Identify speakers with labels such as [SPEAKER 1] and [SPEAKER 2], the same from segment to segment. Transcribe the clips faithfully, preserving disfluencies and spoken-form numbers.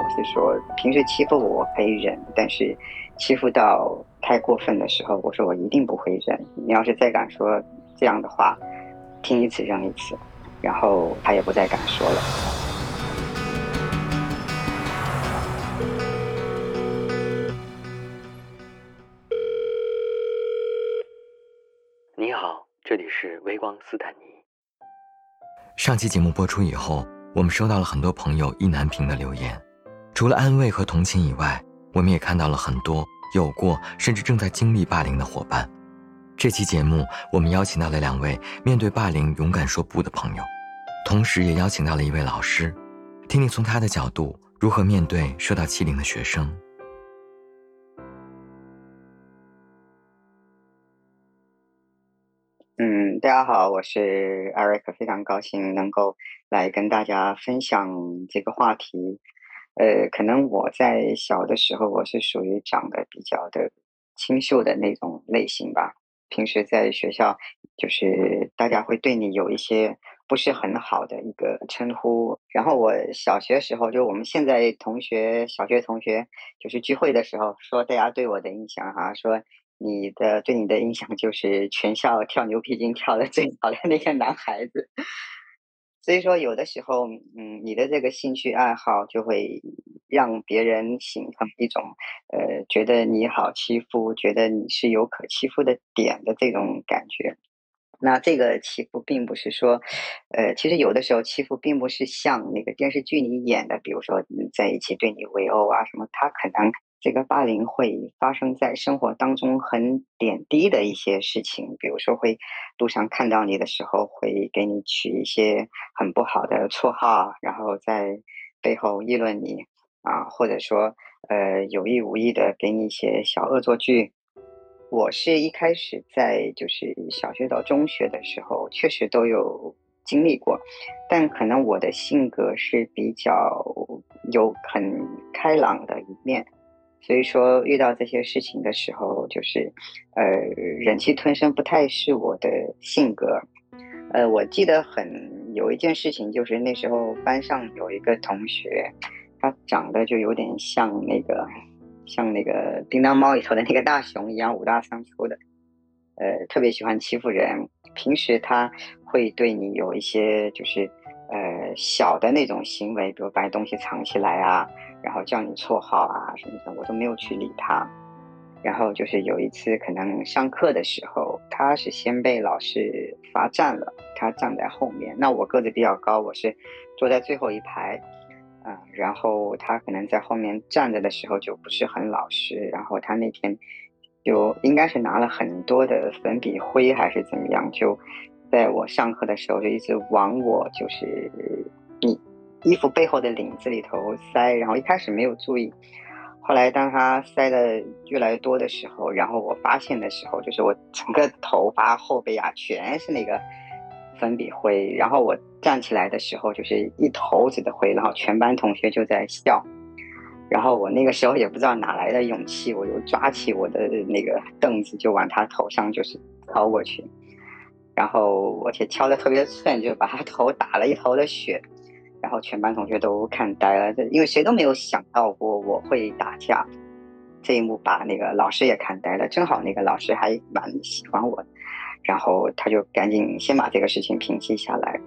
[SPEAKER 1] 是说平时欺负我我可以忍，但是欺负到太过分的时候，我说我一定不会忍。你要是再敢说这样的话，听一次扔一次。然后他也不再敢说了。
[SPEAKER 2] 你好，这里是微光斯坦尼。上期节目播出以后，我们收到了很多朋友意难平的留言，除了安慰和同情以外，我们也看到了很多有过甚至正在经历霸凌的伙伴。这期节目我们邀请到了两位面对霸凌勇敢说不的朋友，同时也邀请到了一位老师，听听从他的角度如何面对受到欺凌的学生。
[SPEAKER 1] 嗯，大家好，我是 Eric，非常高兴能够来跟大家分享这个话题。呃，可能我在小的时候，我是属于长得比较的清秀的那种类型吧。平时在学校，就是大家会对你有一些不是很好的一个称呼。然后我小学时候，就我们现在同学，小学同学，就是聚会的时候，说大家对我的印象哈，说你的对你的印象就是全校跳牛皮筋跳的最好的那个男孩子。所以说有的时候，嗯，你的这个兴趣爱好就会让别人形成一种，呃，觉得你好欺负，觉得你是有可欺负的点的这种感觉。那这个欺负并不是说，呃，其实有的时候欺负并不是像那个电视剧里演的，比如说你在一起对你围殴啊什么，他可能这个霸凌会发生在生活当中很点滴的一些事情，比如说会路上看到你的时候会给你取一些很不好的绰号，然后在背后议论你啊，或者说呃有意无意的给你一些小恶作剧。我是一开始在就是小学到中学的时候，确实都有经历过，但可能我的性格是比较有很开朗的一面，所以说遇到这些事情的时候，就是呃忍气吞声不太是我的性格。呃，我记得很有一件事情，就是那时候班上有一个同学，他长得就有点像那个像那个叮当猫里头的那个大熊一样五大三粗的，呃，特别喜欢欺负人。平时他会对你有一些就是呃小的那种行为，比如把东西藏起来啊，然后叫你绰号啊什么的，我都没有去理他。然后就是有一次可能上课的时候，他是先被老师罚站了，他站在后面。那我个子比较高，我是坐在最后一排，啊、然后他可能在后面站着的时候就不是很老实，然后他那天就应该是拿了很多的粉笔灰还是怎么样，就在我上课的时候就一直往我就是你衣服背后的领子里头塞，然后一开始没有注意，后来当他塞的越来越多的时候，然后我发现的时候，就是我整个头发后背啊全是那个粉笔灰，然后我站起来的时候就是一头子的灰，然后全班同学就在笑。然后我那个时候也不知道哪来的勇气，我就抓起我的那个凳子就往他头上就是敲过去，然后而且敲的特别顺，就把他头打了一头的血。然后全班同学都看呆了，这因为谁都没有想到过我会打架。这一幕把那个老师也看呆了，正好那个老师还蛮喜欢我的，然后他就赶紧先把这个事情平息下来。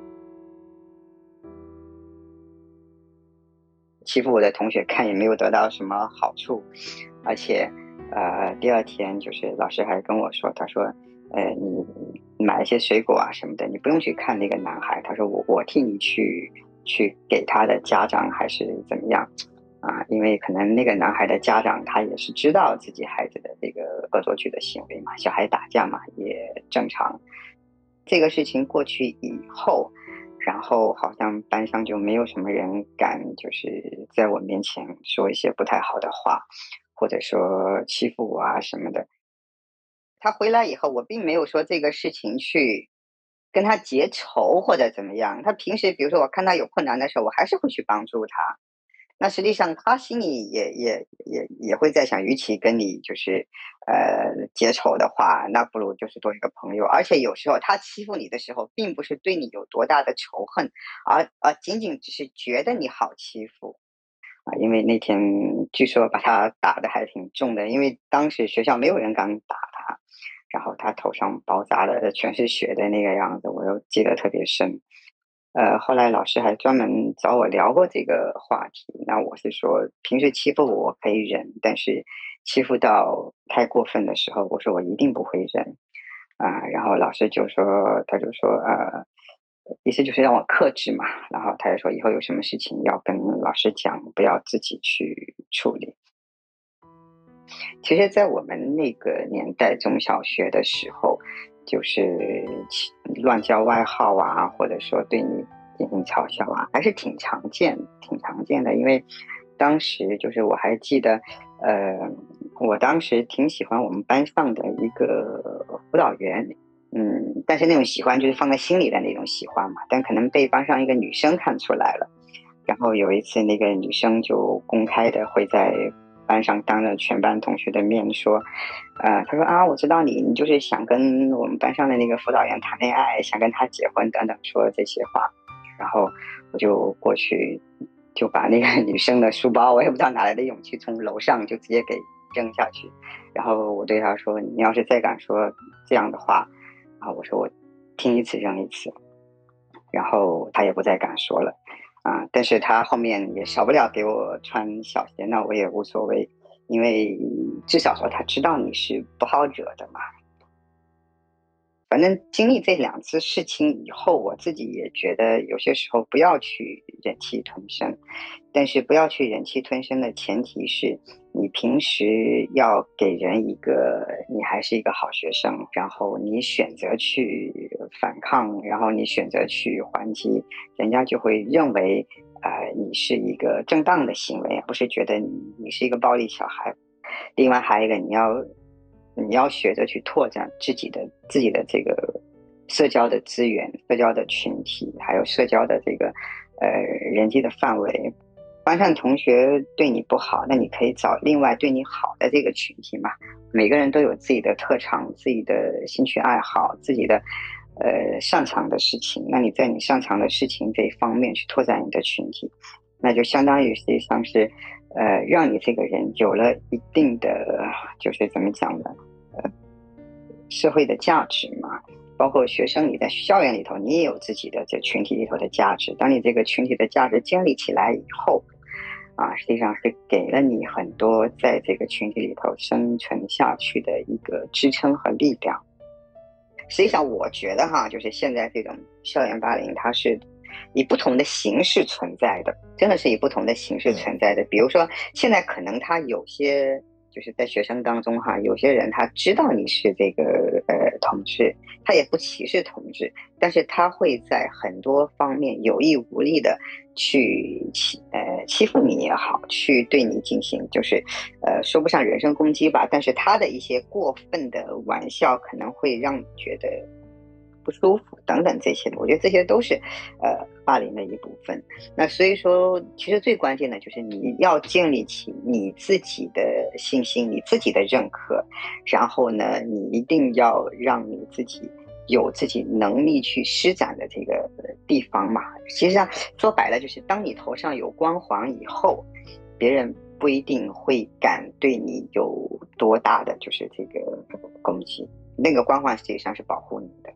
[SPEAKER 1] 欺负我的同学看也没有得到什么好处，而且，呃，第二天就是老师还跟我说，他说，呃，你买一些水果啊什么的，你不用去看那个男孩，他说我我替你去去给他的家长还是怎么样啊？因为可能那个男孩的家长他也是知道自己孩子的这个恶作剧的行为嘛，小孩打架嘛也正常。这个事情过去以后，然后好像班上就没有什么人敢就是在我面前说一些不太好的话，或者说欺负我啊什么的。他回来以后，我并没有说这个事情去跟他结仇或者怎么样。他平时比如说我看他有困难的时候，我还是会去帮助他。那实际上他心里也也也也会在想，与其跟你就是呃结仇的话，那不如就是多一个朋友。而且有时候他欺负你的时候，并不是对你有多大的仇恨，而而仅仅只是觉得你好欺负。 啊，因为那天据说把他打得还挺重的，因为当时学校没有人敢打他，然后他头上包扎的全是血的那个样子，我又记得特别深。呃，后来老师还专门找我聊过这个话题，那我是说平时欺负我可以忍，但是欺负到太过分的时候，我说我一定不会忍。啊，然后老师就说，他就说，呃，意思就是让我克制嘛。然后他就说，以后有什么事情要跟老师讲，不要自己去处理。其实，在我们那个年代，中小学的时候，就是起乱叫外号啊，或者说对你进行嘲笑啊，还是挺常见、挺常见的。因为当时就是我还记得，呃，我当时挺喜欢我们班上的一个辅导员，嗯，但是那种喜欢就是放在心里的那种喜欢嘛，但可能被班上一个女生看出来了。然后有一次，那个女生就公开的会在班上当着全班同学的面说，呃，她说啊，我知道你，你就是想跟我们班上的那个辅导员谈恋爱，想跟他结婚等等，说这些话。然后我就过去，就把那个女生的书包，我也不知道哪来的勇气，从楼上就直接给扔下去。然后我对她说，你要是再敢说这样的话，啊，我说我听一次扔一次。然后她也不再敢说了。啊，但是他后面也少不了给我穿小鞋，那我也无所谓，因为至少说他知道你是不好惹的嘛。反正经历这两次事情以后，我自己也觉得有些时候不要去忍气吞声，但是不要去忍气吞声的前提是你平时要给人一个你还是一个好学生，然后你选择去反抗，然后你选择去还击，人家就会认为呃你是一个正当的行为，而不是觉得你你是一个暴力小孩。另外还有一个，你要你要学着去拓展自己的自己的这个社交的资源、社交的群体，还有社交的这个呃人际的范围。班上同学对你不好，那你可以找另外对你好的这个群体嘛。每个人都有自己的特长、自己的兴趣爱好、自己的呃擅长的事情。那你在你擅长的事情这一方面去拓展你的群体，那就相当于实际上是呃让你这个人有了一定的就是怎么讲呢？呃，社会的价值嘛。包括学生，你在校园里头，你也有自己的这群体里头的价值。当你这个群体的价值建立起来以后，啊，实际上是给了你很多在这个群体里头生存下去的一个支撑和力量。实际上，我觉得哈，就是现在这种校园霸凌，它是以不同的形式存在的，真的是以不同的形式存在的。比如说，现在可能他有些就是在学生当中哈，有些人他知道你是这个呃同志，他也不歧视同志，但是他会在很多方面有意无意的去欺呃欺负你也好，去对你进行就是呃说不上人身攻击吧，但是他的一些过分的玩笑可能会让你觉得不舒服等等这些的，我觉得这些都是呃霸凌的一部分。那所以说，其实最关键的就是你要建立起你自己的信心，你自己的认可，然后呢，你一定要让你自己有自己能力去施展的这个地方嘛。其实上说白了，就是当你头上有光环以后，别人不一定会敢对你有多大的就是这个攻击，那个光环实际上是保护你的。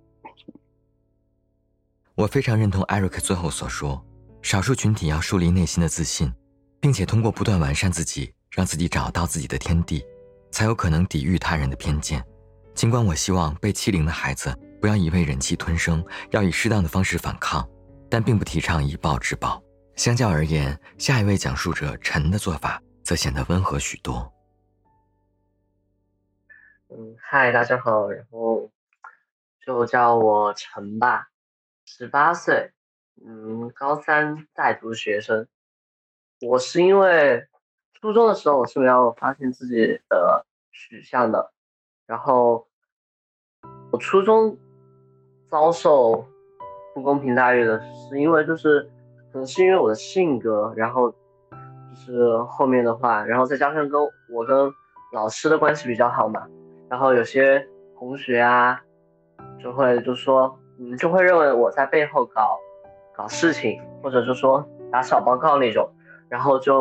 [SPEAKER 2] 我非常认同艾瑞克最后所说，少数群体要树立内心的自信，并且通过不断完善自己，让自己找到自己的天地，才有可能抵御他人的偏见。尽管我希望被欺凌的孩子不要一味忍气吞声，要以适当的方式反抗，但并不提倡以暴制暴。相较而言，下一位讲述者陈的做法则显得温和许多。
[SPEAKER 3] 嗯，嗨，大家好，然后就叫我陈吧，十八岁，嗯，高三在读学生。我是因为初中的时候我是没有发现自己的取向的，然后我初中遭受不公平待遇的是因为就是可能是因为我的性格，然后就是后面的话，然后再加上跟我跟老师的关系比较好嘛，然后有些同学啊就会就说嗯就会认为我在背后搞搞事情，或者就说打小报告那种，然后就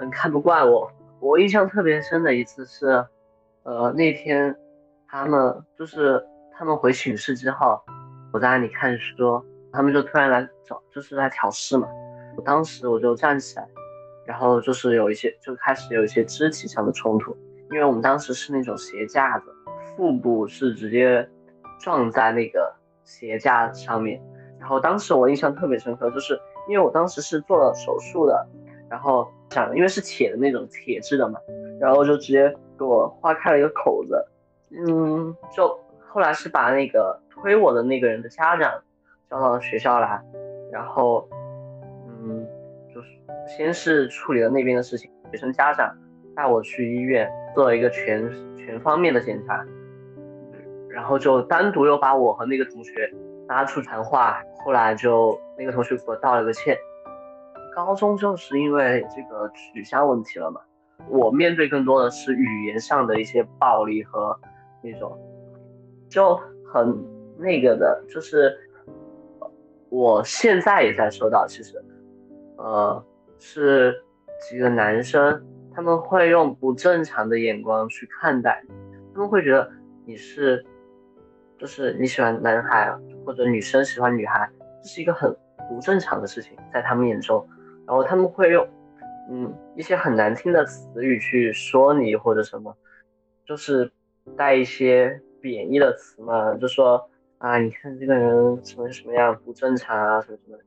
[SPEAKER 3] 很看不惯我。我印象特别深的一次是，呃，那天他们就是他们回寝室之后，我在那里看书，他们就突然来找，就是来挑事嘛。我当时我就站起来，然后就是有一些就开始有一些肢体上的冲突，因为我们当时是那种鞋架子，腹部是直接撞在那个鞋架上面。然后当时我印象特别深刻，就是因为我当时是做了手术的，然后想因为是铁的那种铁质的嘛，然后就直接给我划开了一个口子。嗯，就后来是把那个推我的那个人的家长叫到学校来，然后嗯，就是先是处理了那边的事情，学生家长带我去医院做了一个全全方面的检查，然后就单独又把我和那个同学拉出谈话，后来就那个同学给我道了个歉。高中就是因为这个取向问题了嘛，我面对更多的是语言上的一些暴力和那种就很那个的，就是我现在也在收到，其实呃是几个男生他们会用不正常的眼光去看待你，他们会觉得你是就是你喜欢男孩或者女生喜欢女孩，这是一个很不正常的事情在他们眼中，然后他们会用嗯一些很难听的词语去说你或者什么，就是带一些贬义的词嘛，就说啊你看这个人什么什么样不正常啊什么什么的。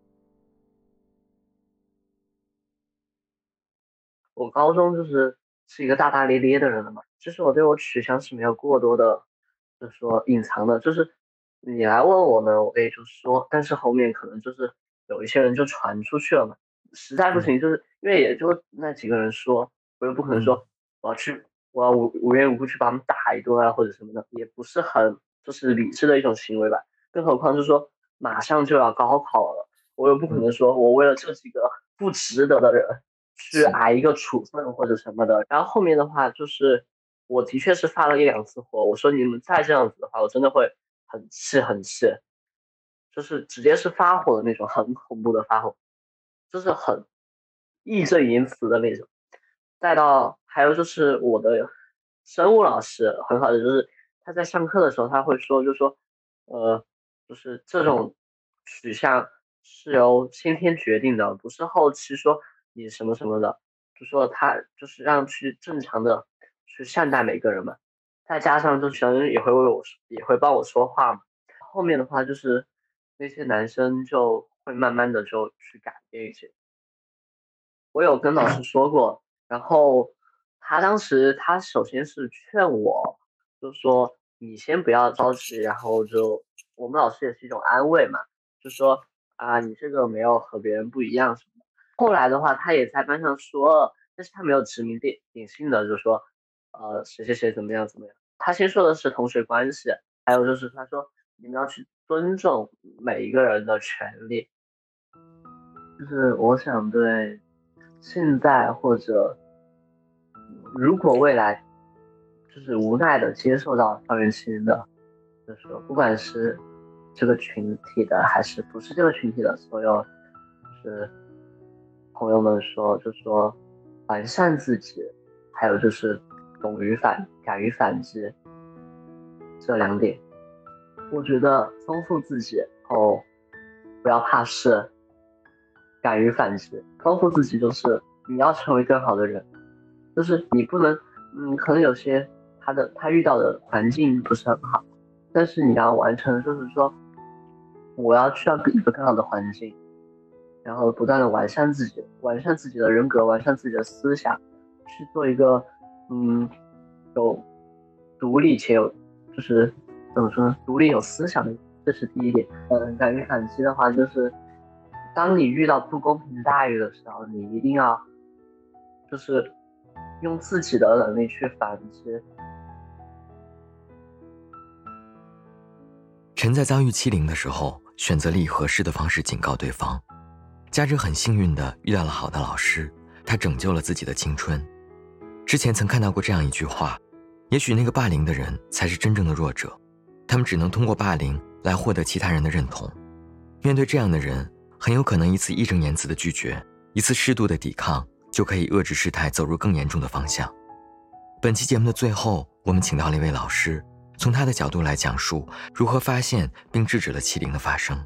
[SPEAKER 3] 我高中就是是一个大大咧咧的人了嘛，就是我对我取向是没有过多的，就是说隐藏的，就是你来问我呢，我也就说，但是后面可能就是有一些人就传出去了嘛，实在不行，就是因为也就那几个人说，我又不可能说我要去，我要无无缘无故去把他们打一顿啊或者什么的，也不是很就是理智的一种行为吧，更何况是说马上就要高考了，我又不可能说我为了这几个不值得的人去挨一个处分或者什么的。然后后面的话就是，我的确是发了一两次火，我说你们再这样子的话，我真的会很气很气，就是直接是发火的那种，很恐怖的发火，就是很义正言辞的那种。再到还有就是我的生物老师很好的，就是他在上课的时候他会说，就说呃，就是这种取向是由先天决定的，不是后期说你什么什么的，就说他就是让去正常的去善待每个人嘛。再加上就学生也会为我也会帮我说话嘛。后面的话就是那些男生就会慢慢的就去改变一些。我有跟老师说过，然后他当时他首先是劝我，就说你先不要着急，然后就我们老师也是一种安慰嘛，就说啊你这个没有和别人不一样什么的。后来的话，他也在班上说了，但是他没有指名点点姓的，就说呃谁谁谁怎么样怎么样。他先说的是同学关系，还有就是他说你们要去尊重每一个人的权利。就是我想对现在或者如果未来就是无奈的接受到校园欺凌的，就是说不管是这个群体的还是不是这个群体的所有就是朋友们说，就是说完善自己，还有就是勇于反敢于反击这两点。我觉得丰富自己后不要怕事，敢于反击。丰富自己就是你要成为更好的人，就是你不能嗯可能有些他的他遇到的环境不是很好，但是你要完成就是说我要去到一个更好的环境，然后不断的完善自己，完善自己的人格，完善自己的思想，去做一个嗯有独立且有就是怎么说呢，独立有思想的，这是第一点。嗯，敢于反击的话，就是当你遇到不公平待遇的时候，你一定要就是用自己的能力去反击。
[SPEAKER 2] 陈在遭遇欺凌的时候，选择了以合适的方式警告对方。嘉哲很幸运地遇到了好的老师，他拯救了自己的青春。之前曾看到过这样一句话，也许那个霸凌的人才是真正的弱者，他们只能通过霸凌来获得其他人的认同。面对这样的人，很有可能一次义正言辞的拒绝，一次适度的抵抗， 就可以遏制事态走入更严重的方向。本期节目的最后，我们请到了一位老师，从他的角度来讲述如何发现并制止了欺凌的发生。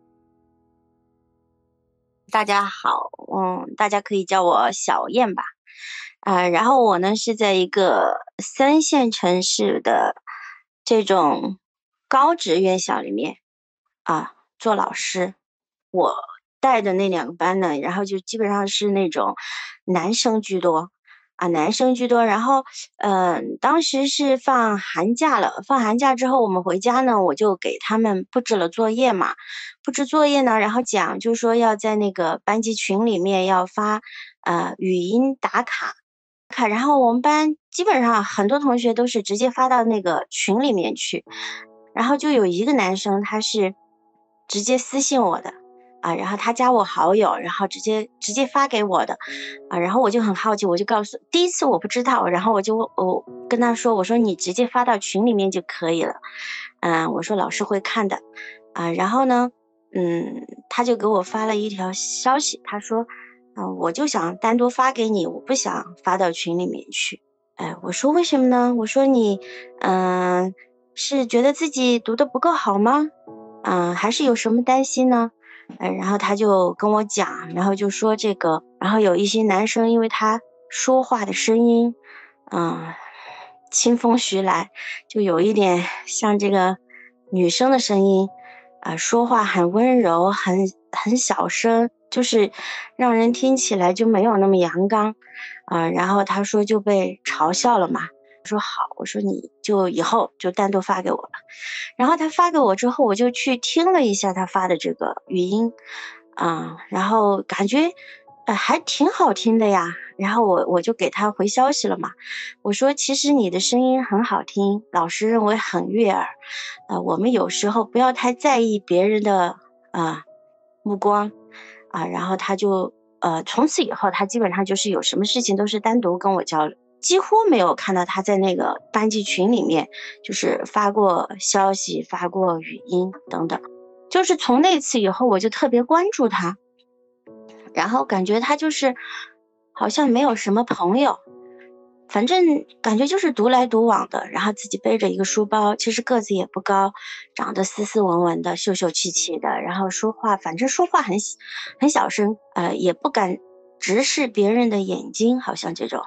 [SPEAKER 4] 大家好，嗯，大家可以叫我小燕吧。呃，然后我呢是在一个三线城市的这种高职院校里面啊做老师。我带的那两个班呢，然后就基本上是那种男生居多啊，男生居多。然后，嗯、呃，当时是放寒假了，放寒假之后我们回家呢，我就给他们布置了作业嘛，布置作业呢，然后讲就是说要在那个班级群里面要发呃语音打卡。卡，然后我们班基本上很多同学都是直接发到那个群里面去，然后就有一个男生他是直接私信我的啊，然后他加我好友，然后直接直接发给我的啊，然后我就很好奇，我就告诉第一次我不知道，然后我就我跟他说，我说你直接发到群里面就可以了，嗯，我说老师会看的啊，然后呢，嗯，他就给我发了一条消息，他说。嗯、呃，我就想单独发给你，我不想发到群里面去。哎，我说为什么呢？我说你，嗯、呃，是觉得自己读得不够好吗？嗯、呃，还是有什么担心呢？呃，然后他就跟我讲，然后就说这个，然后有一些男生，因为他说话的声音，嗯、呃，清风徐来，就有一点像这个女生的声音，啊、呃，说话很温柔，很很小声。就是让人听起来就没有那么阳刚啊、呃，然后他说就被嘲笑了嘛，我说好，我说你就以后就单独发给我吧。然后他发给我之后，我就去听了一下他发的这个语音啊、呃，然后感觉呃还挺好听的呀。然后我我就给他回消息了嘛，我说其实你的声音很好听，老师认为很悦耳，呃，我们有时候不要太在意别人的啊、呃、目光。啊，然后他就呃，从此以后他基本上就是有什么事情都是单独跟我交流，几乎没有看到他在那个班级群里面就是发过消息、发过语音等等。就是从那次以后，我就特别关注他，然后感觉他就是好像没有什么朋友。反正感觉就是独来独往的，然后自己背着一个书包，其实个子也不高，长得斯斯文文的，秀秀气气的，然后说话，反正说话很很小声，呃，也不敢直视别人的眼睛，好像这种。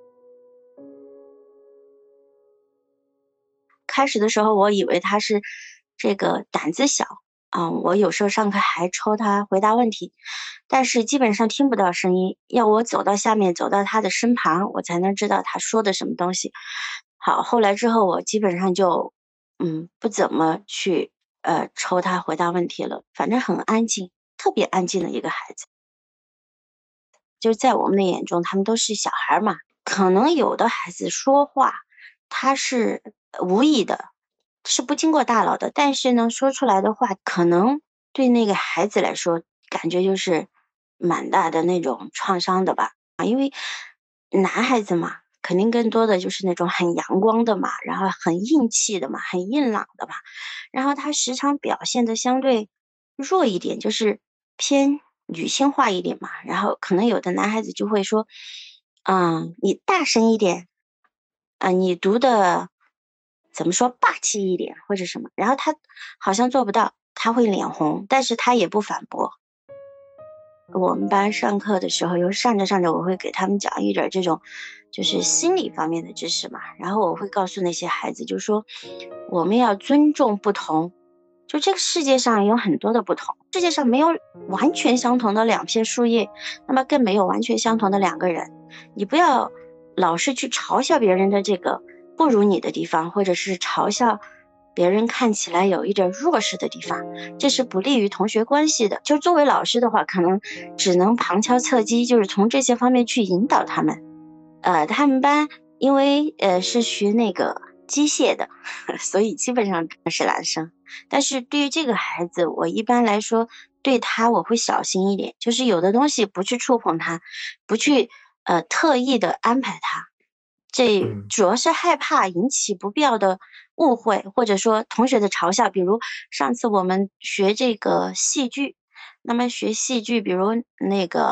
[SPEAKER 4] 开始的时候，我以为他是这个胆子小啊、嗯，我有时候上课还抽他回答问题，但是基本上听不到声音，要我走到下面，走到他的身旁，我才能知道他说的什么东西。好，后来之后我基本上就嗯不怎么去呃抽他回答问题了，反正很安静，特别安静的一个孩子。就在我们的眼中，他们都是小孩嘛，可能有的孩子说话他是无意的，是不经过大脑的，但是呢，说出来的话可能对那个孩子来说，感觉就是蛮大的那种创伤的吧。啊，因为男孩子嘛，肯定更多的就是那种很阳光的嘛，然后很硬气的嘛，很硬朗的嘛，然后他时常表现的相对弱一点，就是偏女性化一点嘛，然后可能有的男孩子就会说，嗯，你大声一点，啊、你读的怎么说霸气一点或者什么，然后他好像做不到，他会脸红，但是他也不反驳。我们班上课的时候，有上着上着，我会给他们讲一点这种，就是心理方面的知识嘛。然后我会告诉那些孩子，就说我们要尊重不同，就这个世界上有很多的不同，世界上没有完全相同的两片树叶，那么更没有完全相同的两个人。你不要老是去嘲笑别人的这个不如你的地方，或者是嘲笑别人看起来有一点弱势的地方，这是不利于同学关系的。就作为老师的话，可能只能旁敲侧击，就是从这些方面去引导他们。呃，他们班因为呃是学那个机械的，所以基本上是男生。但是对于这个孩子，我一般来说对他我会小心一点，就是有的东西不去触碰他，不去呃特意的安排他。这主要是害怕引起不必要的误会，或者说同学的嘲笑。比如上次我们学这个戏剧，那么学戏剧，比如那个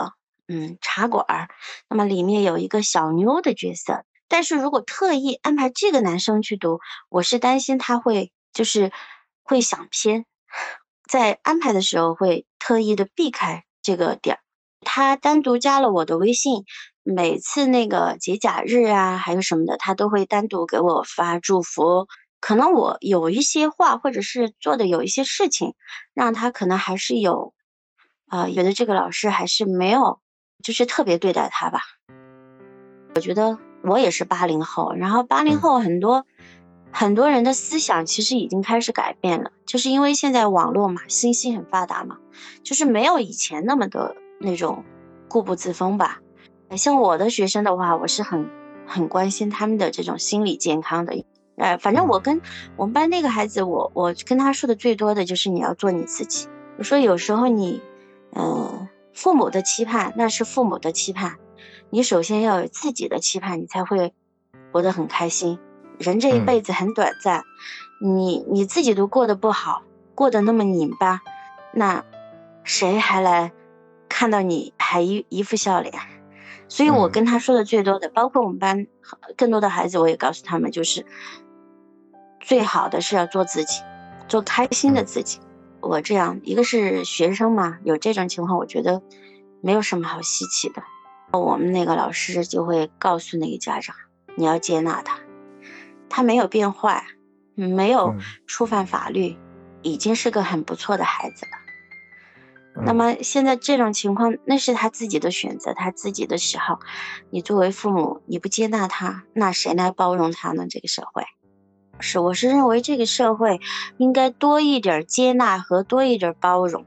[SPEAKER 4] 嗯茶馆，那么里面有一个小妞的角色，但是如果特意安排这个男生去读，我是担心他会就是会想偏，在安排的时候会特意的避开这个点儿。他单独加了我的微信，每次那个节假日啊，还有什么的，他都会单独给我发祝福。可能我有一些话，或者是做的有一些事情，让他可能还是有，呃，觉得这个老师还是没有，就是特别对待他吧。我觉得我也是八零后，然后八零后很多、嗯、很多人的思想其实已经开始改变了，就是因为现在网络嘛，信息很发达嘛，就是没有以前那么的那种固步自封吧。像我的学生的话，我是很很关心他们的这种心理健康的。呃，反正我跟我们班那个孩子，我我跟他说的最多的就是你要做你自己。我说有时候你，呃，父母的期盼那是父母的期盼，你首先要有自己的期盼，你才会活得很开心。人这一辈子很短暂，嗯、你你自己都过得不好，过得那么拧巴，那谁还来看到你还一一副笑脸？所以我跟他说的最多的，嗯、包括我们班更多的孩子，我也告诉他们，就是最好的是要做自己，做开心的自己。嗯、我这样一个是学生嘛，有这种情况，我觉得没有什么好稀奇的。我们那个老师就会告诉那个家长，你要接纳他，他没有变坏，没有触犯法律，嗯、已经是个很不错的孩子了。那么现在这种情况，那是他自己的选择，他自己的喜好。你作为父母，你不接纳他，那谁来包容他呢？这个社会，是我是认为这个社会应该多一点接纳和多一点包容。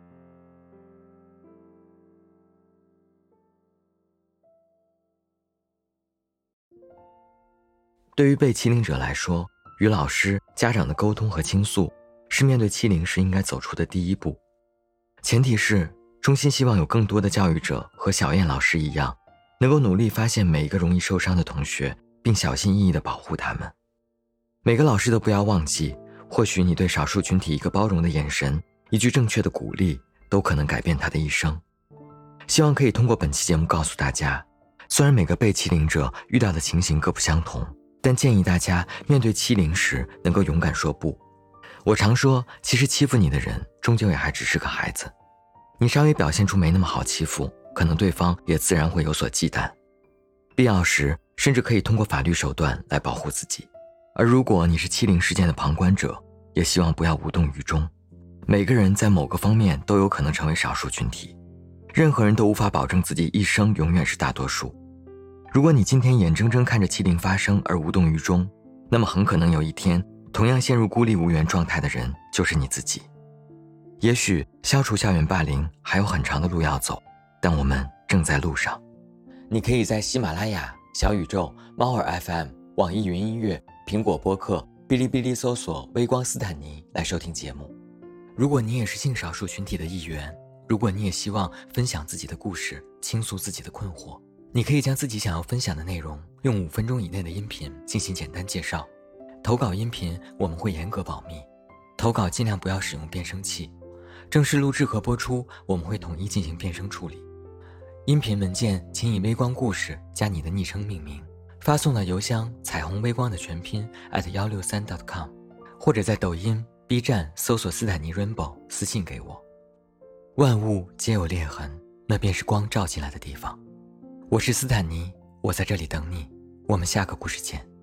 [SPEAKER 2] 对于被欺凌者来说，与老师、家长的沟通和倾诉，是面对欺凌时应该走出的第一步。前提是衷心希望有更多的教育者和小燕老师一样，能够努力发现每一个容易受伤的同学，并小心翼翼地保护他们。每个老师都不要忘记，或许你对少数群体一个包容的眼神，一句正确的鼓励，都可能改变他的一生。希望可以通过本期节目告诉大家，虽然每个被欺凌者遇到的情形各不相同，但建议大家面对欺凌时能够勇敢说不。我常说，其实欺负你的人终究也还只是个孩子，你稍微表现出没那么好欺负，可能对方也自然会有所忌惮。必要时甚至可以通过法律手段来保护自己。而如果你是欺凌事件的旁观者，也希望不要无动于衷。每个人在某个方面都有可能成为少数群体，任何人都无法保证自己一生永远是大多数。如果你今天眼睁睁看着欺凌发生而无动于衷，那么很可能有一天同样陷入孤立无援状态的人就是你自己。也许消除校园霸凌还有很长的路要走，但我们正在路上。你可以在喜马拉雅、小宇宙、猫耳 F M、网易云音乐、苹果播客、哔哩哔哩搜索微光斯坦尼来收听节目。如果你也是性少数群体的一员，如果你也希望分享自己的故事，倾诉自己的困惑，你可以将自己想要分享的内容用五分钟以内的音频进行简单介绍。投稿音频我们会严格保密，投稿尽量不要使用变声器，正式录制和播出我们会统一进行变声处理。音频文件请以微光故事加你的昵称命名，发送到邮箱彩虹微光的全拼 at 一六三 dot com， 或者在抖音 B 站搜索斯坦尼 Rainbow 私信给我。万物皆有裂痕，那便是光照进来的地方。我是斯坦尼，我在这里等你，我们下个故事见。